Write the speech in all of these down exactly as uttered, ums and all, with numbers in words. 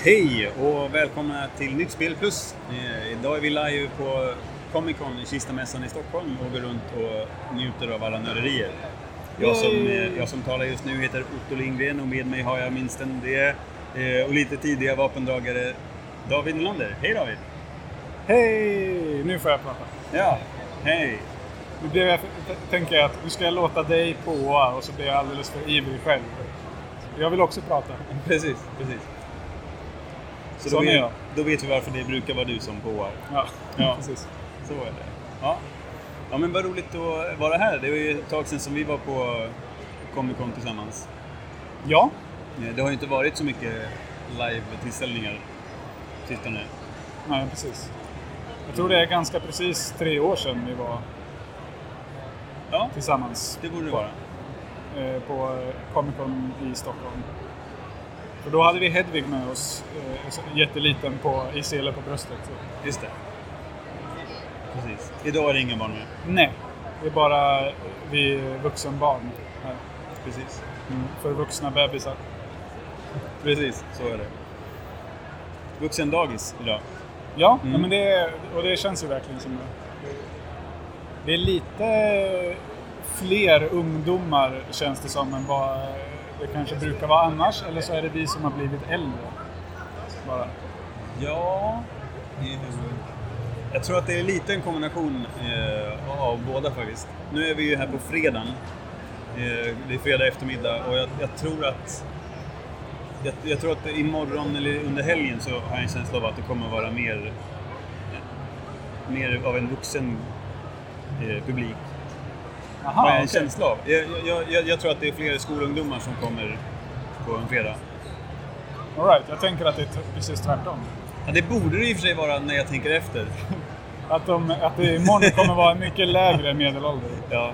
Hej och välkomna till Nytt Spel Plus. Eh, idag är vi live på Comic Con i Kistamässan i Stockholm och går runt och njuter av alla nörderier. Jag som, eh, jag som talar just nu heter Otto Lindgren och med mig har jag minst en det eh, och lite tidiga vapendragare David Nylander. Hej David! Hej! Nu får jag prata. Ja, hej! Nu blir jag, tänker jag att nu ska jag låta dig på och så blir jag alldeles för ivrig själv. Jag vill också prata. Precis, precis. Så Så då, vet, vet, då vet vi varför det brukar vara du som påar. Ja, ja, precis. Så är det. Ja. Ja, men vad roligt att vara här. Det var ju ett tag sedan som vi var på Comic Con tillsammans. Ja. Det har ju inte varit så mycket live-tillställningar sistone. Nej, precis. Jag tror det är ganska precis tre år sedan vi var ja, tillsammans. Det borde det vara. På, på Comic Con i Stockholm. För då hade vi Hedvig med oss, eh, jätteliten på, i sele på bröstet. Så. Just det. Precis. Idag är det ingen barn med. Nej, det är bara vi vuxenbarn här. Precis. Mm. För vuxna bebisar. Precis, så är det. Vuxendagis idag. Ja, mm. ja men det, och det känns ju verkligen som det. Det är lite fler ungdomar känns det som än vad det kanske brukar vara annars. Eller så är det vi som har blivit äldre. Bara. Ja, jag tror att det är lite en kombination eh, av båda faktiskt. Nu är vi ju här på fredagen. Eh, det är fredag eftermiddag och jag, jag tror att jag, jag tror att imorgon eller under helgen så har jag en känsla av att det kommer vara mer mer av en vuxen eh, publik. Aha, vad är en okay. känsla av. Jag, jag, jag, jag tror att det är fler skolungdomar som kommer på en fredag. All right, jag tänker att det är precis tvärtom. Ja, det borde det i och för sig vara när jag tänker efter. Att, de, att det imorgon kommer vara en mycket lägre medelålder. Ja.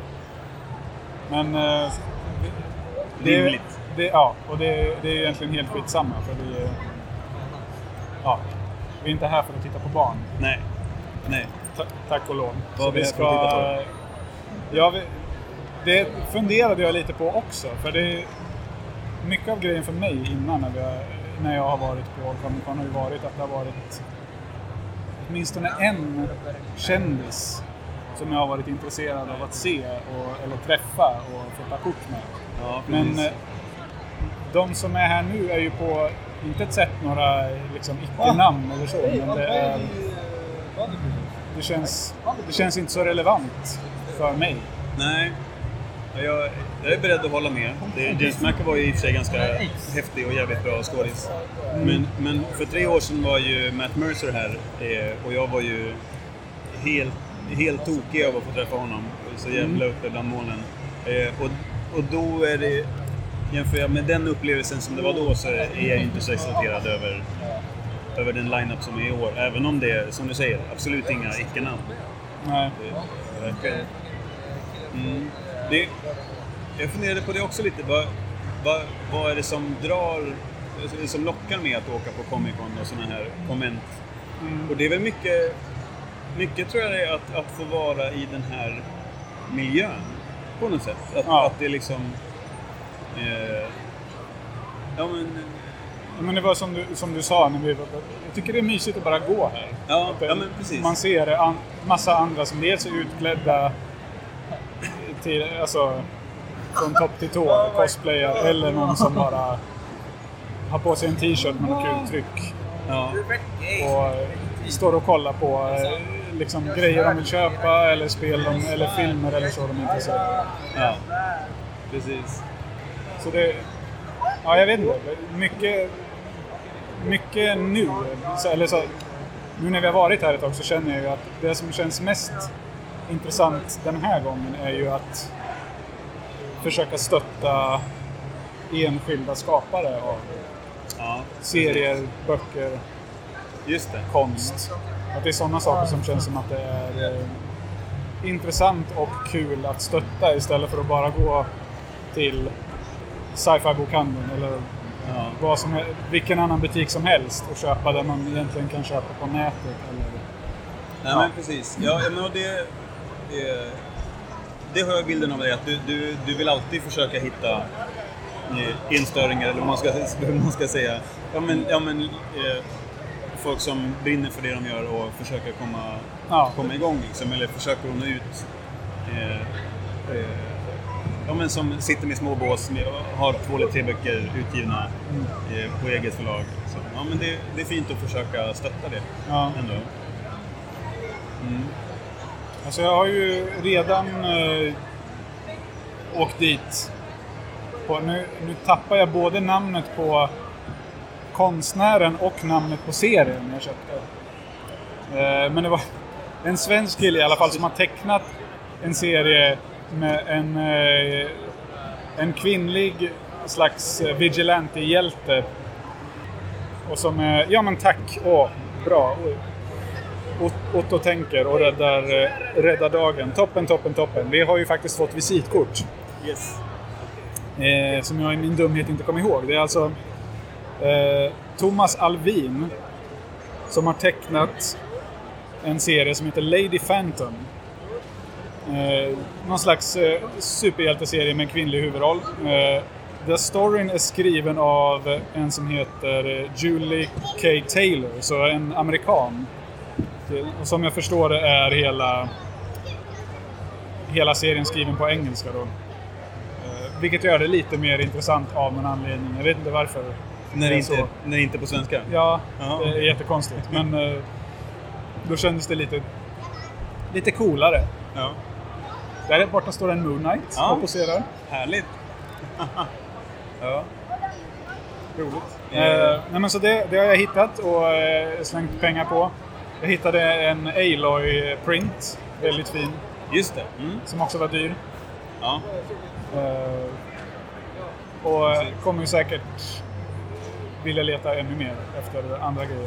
Men eh, det, rimligt. Det, ja, och det, det är egentligen helt skitsamma för vi, ja, vi är inte här för att titta på barn. Nej. Nej. Ta, tack och lov. Vad är vi här för att titta på? Ja, vi, det funderade jag lite på också. För det är mycket av grejen för mig innan när, vi, när jag har varit på Comic Con har ju varit att det har varit åtminstone en kändis som jag har varit intresserad av att se och, eller träffa och få ta kort med. Ja, men de som är här nu är ju på inte ett sätt några liksom, icke-namn eller så, men det är det känns, det känns inte så relevant för mig. Nej, jag, jag är beredd att hålla med. Det, James McAvoy är i och för sig ganska häftig och jävligt bra skådis. Mm. Men, men för tre år sedan var ju Matt Mercer här och jag var ju helt, helt tokig av att få träffa honom. Så jävla uppe bland molnen. Och, och då är det, jämför jag med den upplevelsen som det var då, så är jag inte så exalterad över över den line-up som är i år. Även om det är, som du säger, absolut inga icke-namn. Nej. Det, mm, det, jag funderade på det också lite. Vad, vad, vad är det som drar, som lockar med att åka på Comic Con och sådana här konvent? Mm. Och det är väl mycket, mycket tror jag det är att, att få vara i den här miljön på något sätt. Att, ja. att det liksom... Eh, ja men... Men det var som du, som du sa när vi var, jag tycker det är mysigt att bara gå här. Ja, ja men precis. Man ser en massa andra som dels är utklädda till, alltså, från topp till tå, cosplayar, eller någon som bara har på sig en t-shirt med något kul tryck. Ja. Och står och kollar på liksom, grejer de vill köpa, eller spel de, eller filmer eller så de är intresserade. Ja, precis. Så det... Ja, jag vet inte. Mycket, mycket nu, eller så, nu när vi har varit här ett tag så känner jag ju att det som känns mest intressant den här gången är ju att försöka stötta enskilda skapare av ja, serier, böcker, just det. konst. Att det är sådana saker som känns som att det är eh, intressant och kul att stötta istället för att bara gå till sci-fi-bokhandeln eller ja. vad som är, vilken annan butik som helst och köpa det man egentligen kan köpa på nätet. Eller, Nej ja. men precis. Ja, men det, det, det har jag bilden av dig att du, du, du vill alltid försöka hitta eh, instöringar eller vad man ska, hur man ska säga. Ja men, ja, men eh, folk som brinner för det de gör och försöker komma, ja. komma igång liksom, eller försöker nå ut. Eh, eh, ja, men som sitter med små bås, med, har två eller tre böcker utgivna mm. eh, på eget förlag. Så, ja, men det, det är fint att försöka stötta det ja. ändå. Mm. Alltså jag har ju redan eh, åkt dit. På, nu, nu tappar jag både namnet på konstnären och namnet på serien jag köpte. Eh, men det var en svensk kille i alla fall som har tecknat en serie med en, eh, en kvinnlig slags vigilante-hjälte. Och som är, ja men tack, åh, bra. Otto tänker och räddar, räddar dagen. Toppen, toppen, toppen. Vi har ju faktiskt fått visitkort. Yes. Eh, som jag i min dumhet inte kom ihåg. Det är alltså eh, Thomas Alvin som har tecknat en serie som heter Lady Phantom. Eh, någon slags eh, superhjälteserie med en kvinnlig huvudroll. Eh, där storyn är skriven av en som heter Julie K. Taylor, så en amerikan. Och som jag förstår det är hela hela serien skriven på engelska då. Eh, vilket gör det lite mer intressant av någon anledning. Jag vet inte varför. När det inte, när det inte på svenska? Ja, aha. Det är jättekonstigt. Men eh, då kändes det lite lite coolare. Ja. Där borta står en Moon Knight ja. och poserar. Härligt. Ja. Roligt. Eh, nej men så det, det har jag hittat och eh, slängt pengar på. Jag hittade en Aloy print, väldigt fin. Just det. Mm. Som också var dyr. Ja. Uh, och Precis. Kommer ju säkert vilja leta ännu mer efter andra grejer.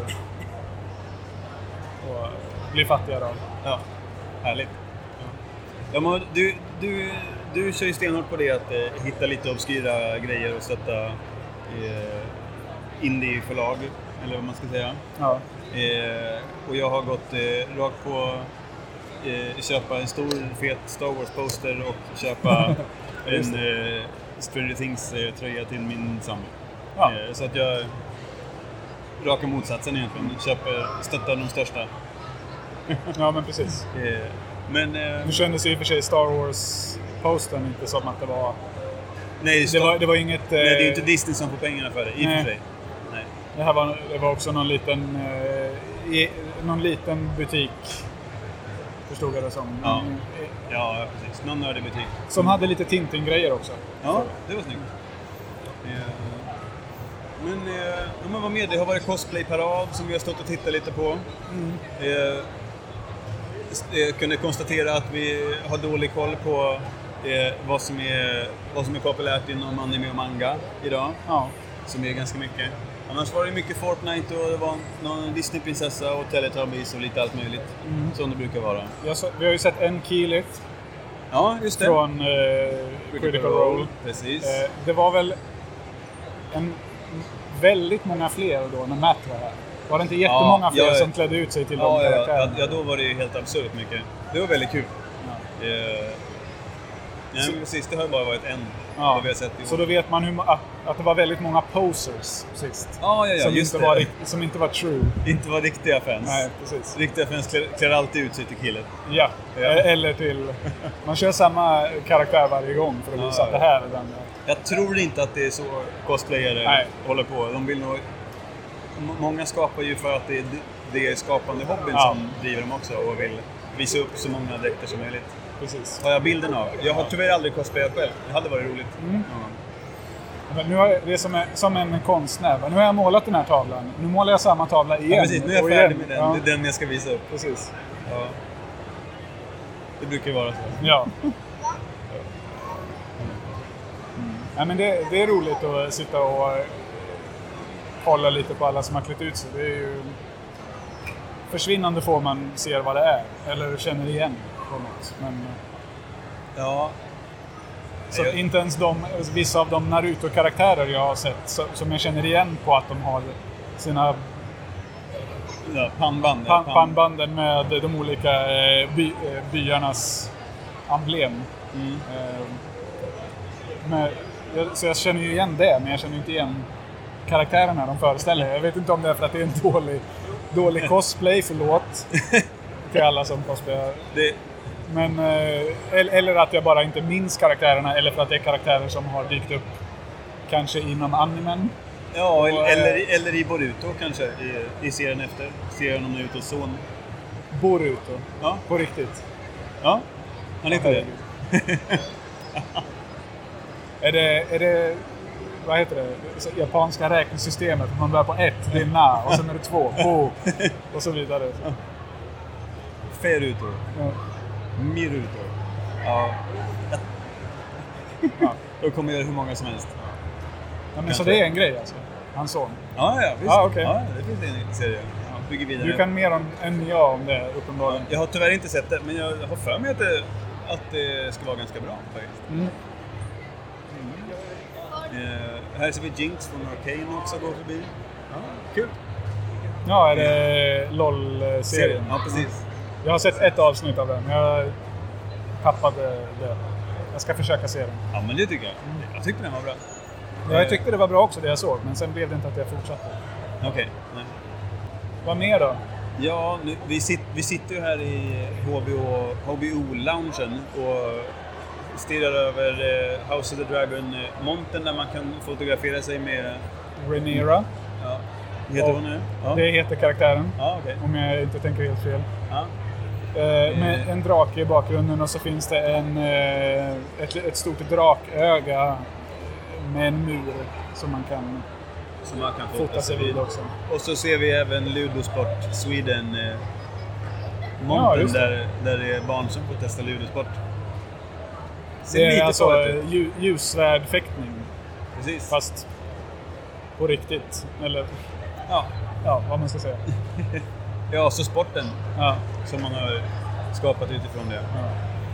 Och bli fattigare av. Ja, härligt. Ja. Ja, men du, du, du kör ju stenhårt på det att eh, hitta lite obskyra grejer och stötta eh, indie-förlag, eller vad man ska säga. Ja. Eh, och jag har gått eh, rakt på eh, köpa en stor fet Star Wars-poster och köpa en eh, Stranger Things-tröja till min samling. Ja. Eh, så att jag raka motsatsen egentligen. Köper, stöttar de största. Ja, men precis. Eh, men, eh, nu kändes ju i och för sig Star Wars-postern inte som att det var... Nej, det, det, var, det var inget... Nej, det är ju inte Disney som får pengarna för det, i och för sig. Nej. Det här var, det var också någon liten, eh, i, någon liten butik, förstod jag det som. Ja, ja precis. Någon nördig butik. Som hade lite Tintin-grejer också. Ja, det var snyggt. Eh, men, eh, men vad med? Det har varit cosplay-parad som vi har stått och tittat lite på. Mm. Eh, jag kunde konstatera att vi har dålig koll på eh, vad, som är, vad som är populärt inom anime och manga idag. Ja. Som är ganska mycket. Annars var det mycket Fortnite och det var någon Disney-prinsessa och Teletubbies och lite allt möjligt. Mm. Som det brukar vara. Så, vi har ju sett en Keyleth. Ja, just det. Från eh, Critical, Critical Role. Role. Precis. Eh, det var väl en, väldigt många fler då när Matt var här. Var det inte jättemånga ja, fler ja, som klädde ut sig till ja, de karaktärerna? Ja, ja, då var det ju helt absurt mycket. Det var väldigt kul. Ja. Eh, nej, så, precis, det har bara varit en. Ja. Vi har sett så då vet man hur, att, att det var väldigt många posers sist. Ja, ja, ja, som, just inte det. Var, som inte var true. Inte var riktiga fans. Nej, precis. Riktiga fans klär, klär alltid ut sig till killen. Ja, ja. Eller till... Man kör samma karaktär varje gång för att visa ja, att det här är den. Jag tror inte att det är så cosplayare Nej. håller på. De vill nog... Många skapar ju för att det är, det är skapande hobbyn ja. som driver dem också och vill visa upp så många dräkter som möjligt. Precis. Har jag bilden av. Jag har tyvärr aldrig cosplayat själv. Det hade varit roligt. Mm. Ja. Men nu har jag, det är som, är, som en konstnär. Nu har jag målat den här tavlan. Nu målar jag samma tavla igen. Ja, precis. Nu är jag färdig med den. Ja. Det är den jag ska visa upp. Precis. Ja. Det brukar ju vara så. Ja. Mm. Ja, men det, det är roligt att sitta och kolla lite på alla som har klätt ut sig. Det är ju försvinnande få man ser vad det är. Eller känner igen på något. Men, ja. Så jag... inte ens de, vissa av de Naruto-karaktärer jag har sett så, som jag känner igen på att de har sina ja, pannband, pan, pannbanden med de olika eh, by, eh, byarnas emblem. Mm. Eh, med, jag, så jag känner ju igen det, men jag känner inte igen karaktärerna de föreställer. Jag vet inte om det är för att det är en dålig, dålig cosplay, förlåt till alla som cosplayar. Det... Men, eller att jag bara inte minns karaktärerna, eller för att det är karaktärer som har dykt upp kanske inom animen. Ja, och, eller, eller i Boruto kanske, i, i serien efter. Serien om Narutos son. Boruto? Ja. På riktigt? Ja, han heter det. är det. Är det... Vad heter det? Japanska räknesystemet. Man börjar på ett, det är na. Och sen är det två, bo. Och så vidare. Ja. Feruto. Ja. Miruto. Ja. Ja. Då kommer jag göra hur många som helst. Ja, men så det är en grej alltså? Hans son? Ja, ja, visst. Ah, okay. Ja, det finns en serie. Ja, bygger vidare. Du kan mer om, än jag om det, uppenbarligen. Ja, jag har tyvärr inte sett det, men jag har för mig att det, att det ska vara ganska bra faktiskt. Mm. Mm. Eh, här ser vi Jinx från Arcane också gå förbi. Ja, kul. Ja, är det LOL-serien? Ja, precis. Jag har sett ett avsnitt av den. Jag tappade det. Jag ska försöka se den. Ja, men det tycker jag. Jag tyckte den var bra. Ja, jag tyckte det var bra också det jag såg, men sen blev det inte att jag fortsatte. Okej, okay. Nej. Vad mer då? Ja, nu, vi, sit, vi sitter ju här i H B O-loungen och stirrar över eh, House of the Dragon-montern där man kan fotografera sig med... Rhaenyra. Ja. Heter hon nu? Ja. Det heter karaktären. Ja, okay. Om jag inte tänker helt fel. Ja. Eh, med en drake i bakgrunden och så finns det en, eh, ett, ett stort draköga med en mur som man kan, som man kan fota sig vid också. Och så ser vi även Ludosport Sweden eh, montern ja, där, där det är barn som får testa Ludosport. Ser det är lite alltså ljus, ljussvärdfäktning. Precis. Fast på riktigt. Eller ja, ja vad man ska säga. Ja, så sporten ja. Som man har skapat utifrån det. Ja.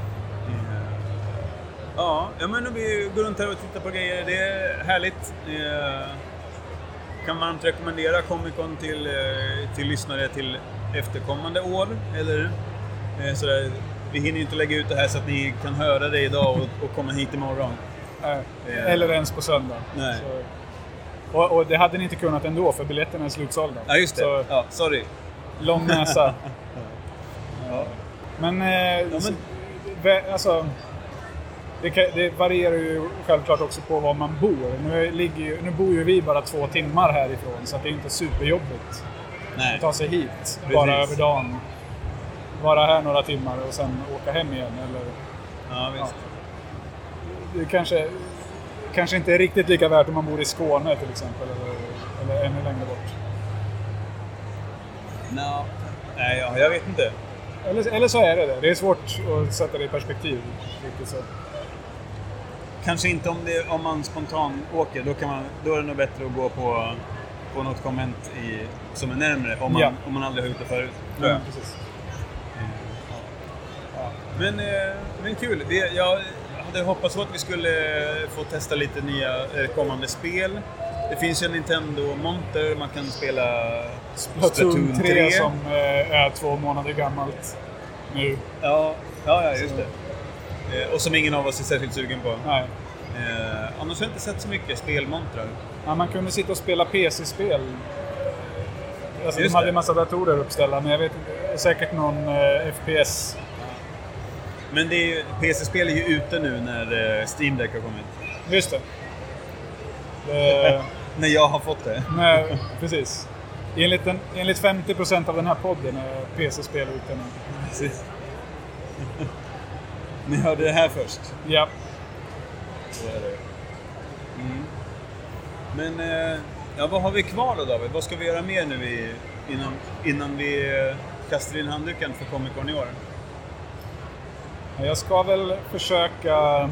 Ja, ja men vi går runt här och tittar på grejer. Det är härligt. Eh, kan man rekommendera Comic Con till, till lyssnare till efterkommande år? Eller eh, sådär. Vi hinner ju inte lägga ut det här så att ni kan höra det idag och, och komma hit imorgon. Nej, eh. Eller ens på söndag. Nej. Så. Och, och det hade ni inte kunnat ändå, för biljetterna är slutsålda. Ja, just det. Så, ja, sorry. Lång näsa. Ja. Men, eh, ja, men... alltså... Det, kan, det varierar ju självklart också på var man bor. Nu, ligger ju, nu bor ju vi bara två timmar härifrån, så att det är inte superjobbigt Nej. att ta sig hit. Precis. Bara över dagen. Vara här några timmar och sen åka hem igen. Eller, ja, visst. Ja. Det kanske, kanske inte är riktigt lika värt om man bor i Skåne till exempel. Eller, eller ännu längre bort. No. Nej, ja, jag vet inte. Eller, eller så är det det. Det är svårt att sätta det i perspektiv. Riktigt så. Kanske inte om, det, om man spontan åker, då, kan man, då är det nog bättre att gå på, på något konvent i, som är närmare, om man, ja. om man aldrig har gjort det förut. Ja, precis. Ja. Men, men kul, vi, jag hade hoppats att vi skulle få testa lite nya kommande spel. Det finns ju en Nintendo-monter, man kan spela Splatoon tre som är två månader gammalt nu. Ja, ja, ja just det. Och som ingen av oss är särskilt sugen på. Nej. Eh, annars har jag inte sett så mycket spelmontrar. Ja, man kunde sitta och spela P C-spel. Alltså, de Just hade det. en massa datorer uppställda, men jag vet inte, säkert någon eh, F P S. Men det är ju, P C-spel är ju ute nu när eh, Steam Deck har kommit. Just det. det när jag har fått det. Nej, precis. Enligt, den, enligt femtio procent av den här podden är P C-spel ute nu. Precis. Ni hörde det här först. Ja. Så är det. Mm. Men eh, ja, vad har vi kvar då, David? Vad ska vi göra mer nu i, innan, innan vi eh, kastar in handduken för Comic Con i år? Jag ska väl försöka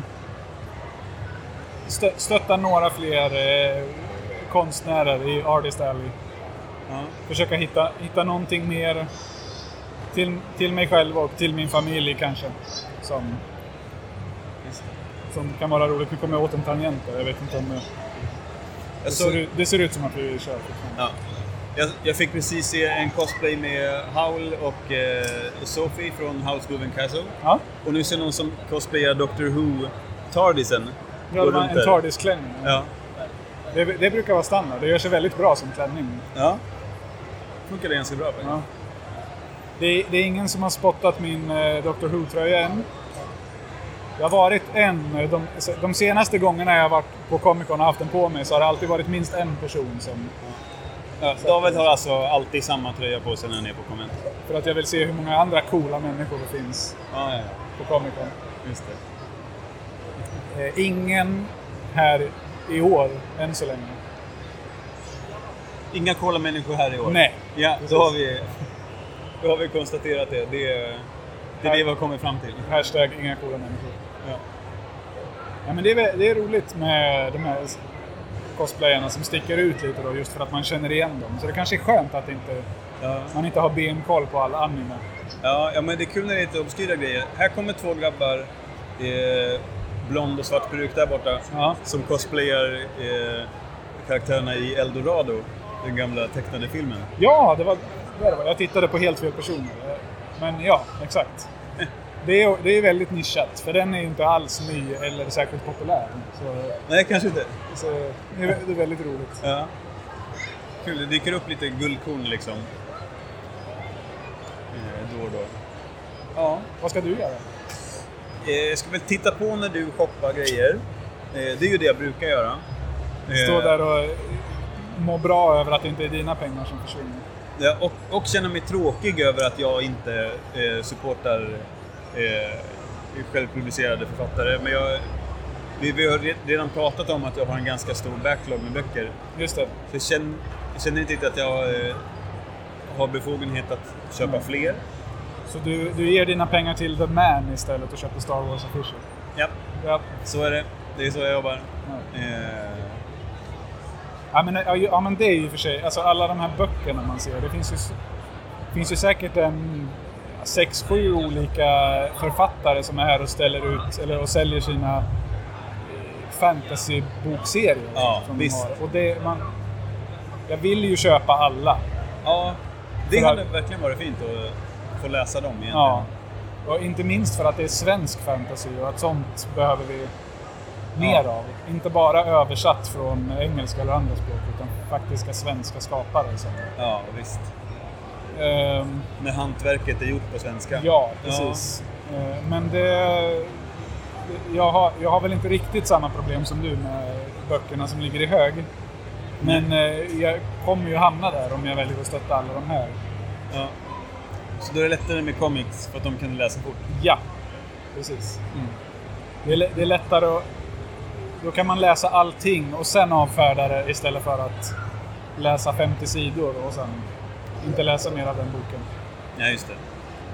stö- stötta några fler eh, konstnärer i Artist Alley. Ja. Försöka hitta, hitta någonting mer till, till mig själv och till min familj kanske. Som, som kan vara roligt. Nu kommer jag åt en tangent. Jag vet inte om det, det, ser, ut, det ser ut som att vi kör. Ja. Jag, jag fick precis se en cosplay med Howl och eh, Sophie från House Moving Castle. Ja. Och nu ser någon som cosplayar Doctor Who Tardisen. Ja, det var en TARDIS-klänning. Ja. Det, det brukar vara standard. Det gör sig väldigt bra som klänning. Ja. Funkar det ganska bra faktiskt. Ja. Det, det är ingen som har spottat min eh, Doctor Who-tröja än. Det har varit en... De, de senaste gångerna jag har varit på Comic Con och haft den på mig så har det alltid varit minst en person som... Ja, David har alltså alltid samma tröja på sig när han är på konvent. För att jag vill se hur många andra coola människor det finns ja, ja. på Comic Con. Just det. Eh, ingen här i år, än så länge. Inga coola människor här i år? Nej. Ja, då har vi, då har vi konstaterat det. Det är det, är det vi har kommit fram till. Hashtag inga coola människor. Ja. Ja, men det är, det är roligt med de här cosplayerna som sticker ut lite då, just för att man känner igen dem. Så det kanske är skönt att inte, ja. man inte har benkoll på all anime. Ja, ja, men det är kul när det är lite obskyra grejer. Här kommer två grabbar, eh, blond och svart peruk där borta, ja. som cosplayar eh, karaktärerna i Eldorado, den gamla tecknade filmen. Ja, det var, det var jag tittade på helt fel personer. Men ja, exakt. Det är, det är väldigt nischat, för den är ju inte alls ny eller särskilt populär. Så, nej, kanske inte. Så det, är, det är väldigt roligt. Ja. Kul, det dyker upp lite guldkorn liksom. Eh, då och då. Ja, vad ska du göra? Eh, jag ska väl titta på när du shoppar grejer. Eh, det är ju det jag brukar göra. Eh, Stå där och må bra över att det inte är dina pengar som försvinner. Ja, och, och känna mig tråkig över att jag inte eh, supportar eh, självpublicerade författare. Men jag, vi, vi har redan pratat om att jag har en ganska stor backlog med böcker. Just det. Så jag känner, jag känner inte att jag eh, har befogenhet att köpa mm. fler. Så du, du ger dina pengar till The Man istället och köper Star Wars Official? Ja, ja. Så är det. Det är så jag jobbar. Ja. Eh, Ja men, ja men det är ju för sig, alltså alla de här böckerna man ser, det finns ju, finns ju säkert en sex, sju olika författare som är här och ställer ut, eller och säljer sina fantasy-bokserier. Ja, som visst. De har. Och det, man, jag vill ju köpa alla. Ja, det hade att, verkligen varit fint att få läsa dem egentligen. Ja, och inte minst för att det är svensk fantasy och att sånt behöver vi mer ja. av. Inte bara översatt från engelska eller andra språk, utan faktiska svenska skapare. Så. Ja, visst. Um, När hantverket är gjort på svenska. Ja, precis. Ja. Uh, men det... Jag har, jag har väl inte riktigt samma problem som du med böckerna som ligger i hög. Men mm. uh, jag kommer ju hamna där om jag väljer att stötta alla de här. Ja. Så då är det lättare med comics för att de kan läsa fort? Ja, precis. Mm. Det, är, det är lättare att... Då kan man läsa allting och sen avfärda det istället för att läsa femtio sidor och sen inte läsa mer av den boken. Ja, just det.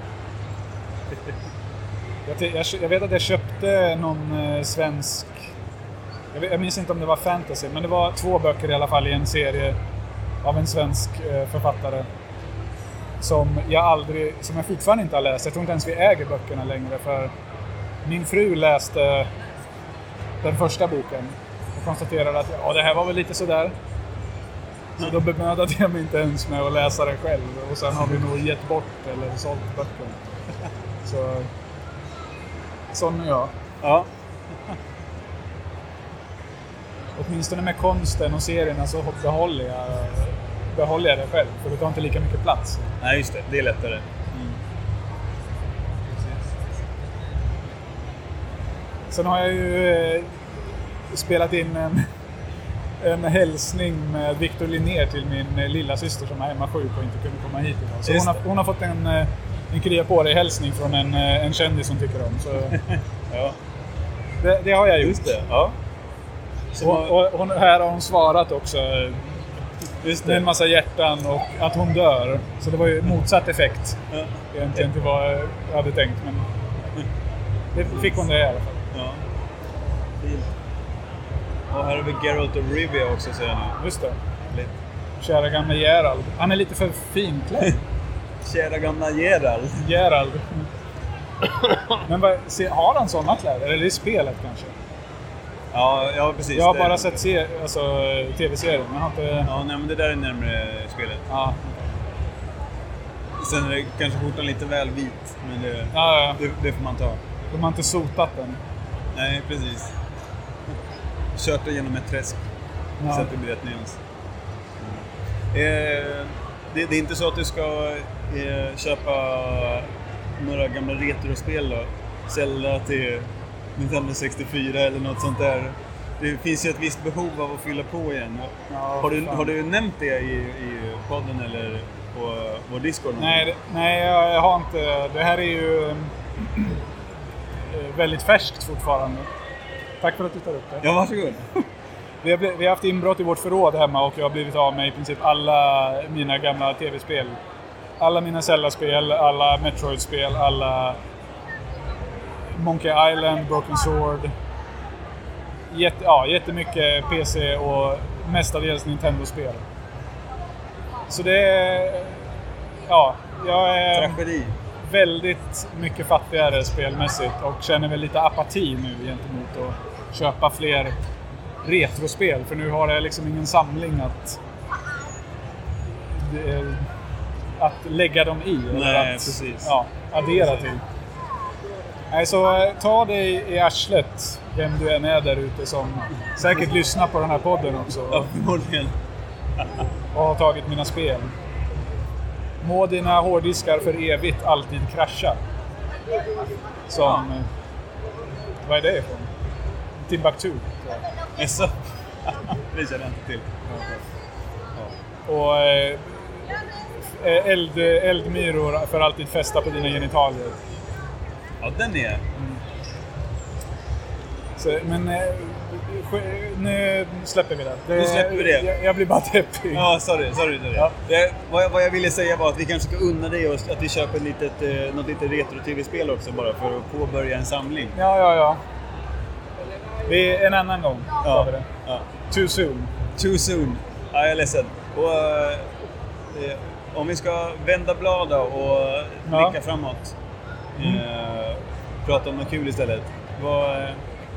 Jag, jag, jag vet att jag köpte någon eh, svensk... Jag, vet, jag minns inte om det var fantasy, men det var två böcker i alla fall i en serie av en svensk eh, författare som jag aldrig, som jag fortfarande inte har läst. Jag tror inte ens vi äger böckerna längre, för min fru läste den första boken och konstaterade att ja, det här var väl lite sådär. Så då bemödade jag mig inte ens med att läsa den själv. Och sen har vi nog gett bort eller sålt böckerna. Så sån är jag. Ja. Åtminstone med konsten och serierna så behåller jag, behåller jag det själv. För det tar inte lika mycket plats. Nej, just det. Det är lättare. Mm. Sen har jag ju eh, spelat in en, en hälsning med Victor Linnér till min eh, lilla syster som är hemma sjuk och inte kunde komma hit idag. Så hon har, hon har fått en, en krya på dig hälsning från en, en kändis som tycker om. Så ja. det, det har jag gjort. Just det, ja. Och, och hon, här har hon svarat också. Just det. Med en massa hjärtan och att hon dör. Så det var ju motsatt effekt. Ja. Egentligen till vad jag hade tänkt. Men det fick hon det i alla fall. Ja. Fint. Och här har vi Geralt of Rivia också, ser jag nu. Just det. Lite. Kära gamla Gerald. Han är lite för finklädd. Kära gamla Gerald. Gerald. Men vad, se, har han sådana kläder? Eller är det spelet kanske? Ja, ja precis. Jag har bara sett se, alltså, tv-serien. Jag har inte... Ja, nej, men det där är närmare spelet. Ja. Sen är det kanske skjortan lite väl vit. Men det, ja, ja. det, det får man ta. De har inte sotat den. Nej, precis. kört det genom ett träsk. Ja. Så att det blir rätt nyans. Eh, det, det är inte så att du ska eh, köpa några gamla retrospel då? Zelda till Nintendo sextiofyra eller något sånt där. Det finns ju ett visst behov av att fylla på igen. Ja, har, du, fan. har du nämnt det i, i podden eller på vår Discord? Nej, det, nej, jag har inte. Det här är ju väldigt färskt fortfarande. Tack för att du tar upp det. Ja, varsågod. Vi har, vi har haft inbrott i vårt förråd hemma och jag har blivit av med i princip alla mina gamla tv-spel. Alla mina Zelda-spel, alla Metroid-spel, alla Monkey Island, Broken Sword. Jätte, ja, jättemycket P C och mestadels Nintendo-spel. Så det är... Ja, jag är Tragedi. väldigt mycket fattigare spelmässigt och känner väl lite apati nu gentemot att köpa fler retrospel. För nu har jag liksom ingen samling att, att lägga dem i. Nej, eller att, precis. Ja, addera till. Nej, så ta dig i arslet, vem du än är där ute som säkert lyssnar på den här podden också. Ja, förmodligen. Och har tagit mina spel. Må dina hårddiskar för evigt alltid krascha. Som... Ja. Vad är det ifrån? Timbuktu. Jaså? Det känner jag inte till. Och eh, eld, eldmyror för alltid fästa på dina genitalier. Ja, den är... Så, men eh, nu släpper vi det. det Nu släpper vi det. Jag, jag blir bara deppig. Ja, sorry, sorry, sorry. Ja. Det, vad, jag, vad jag ville säga var att vi kanske ska unna dig oss att vi köper ett litet, eh, något litet retro-tv-spel också bara för att påbörja en samling. Ja, ja, ja. Vi, en annan gång tar vi det. Ja. Too soon. Too soon. Ja, jag är ledsen. Och, eh, om vi ska vända blad då och blicka Ja. framåt. Eh, prata om något kul istället. Vad... Eh,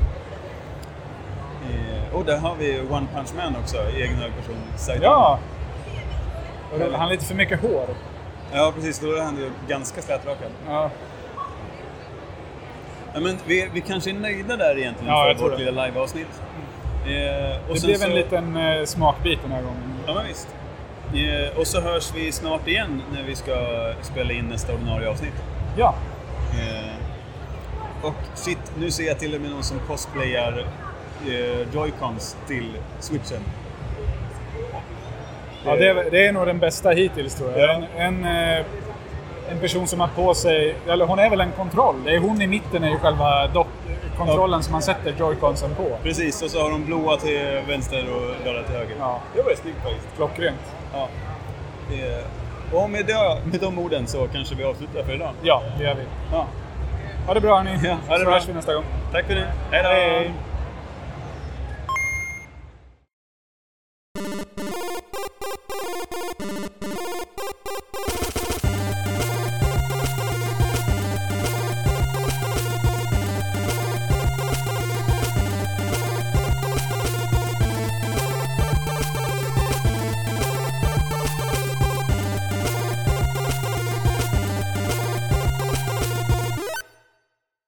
och där har vi One Punch Man också, egen hög person. Saitama. Ja! Och det- han har lite för mycket hår. Ja, precis. Då är han ju ganska slätrakad. Ja. Ja, men vi, vi kanske är nöjda där egentligen Ja, jag för tror vårt det. lilla live-avsnitt. Eh, och Det sen blev så, en liten eh, smakbit den här gången. Ja, men visst. Eh, och så hörs vi snart igen när vi ska spela in nästa ordinarie avsnitt. Ja. Eh, och shit, nu ser jag till och med någon som cosplayar eh, Joy-Cons till Switchen. Ja, det, är, det är nog den bästa hittills tror jag. Ja. En, en, eh, en person som har på sig, eller hon är väl en kontroll. Det är hon i mitten är ju själva dock, kontrollen Ja. som man sätter Joy-Consen på. Precis, och så har de blåa till vänster och röda till höger. Ja. Det var snyggt faktiskt. Klockrent. Ja. Det, och med, det, med de orden så kanske vi avslutar för idag. Ja, det gör vi. Ja. Ha det bra hörni. Ja, ha det så bra. hörs vi nästa gång. Tack för det. Hej då! Hej.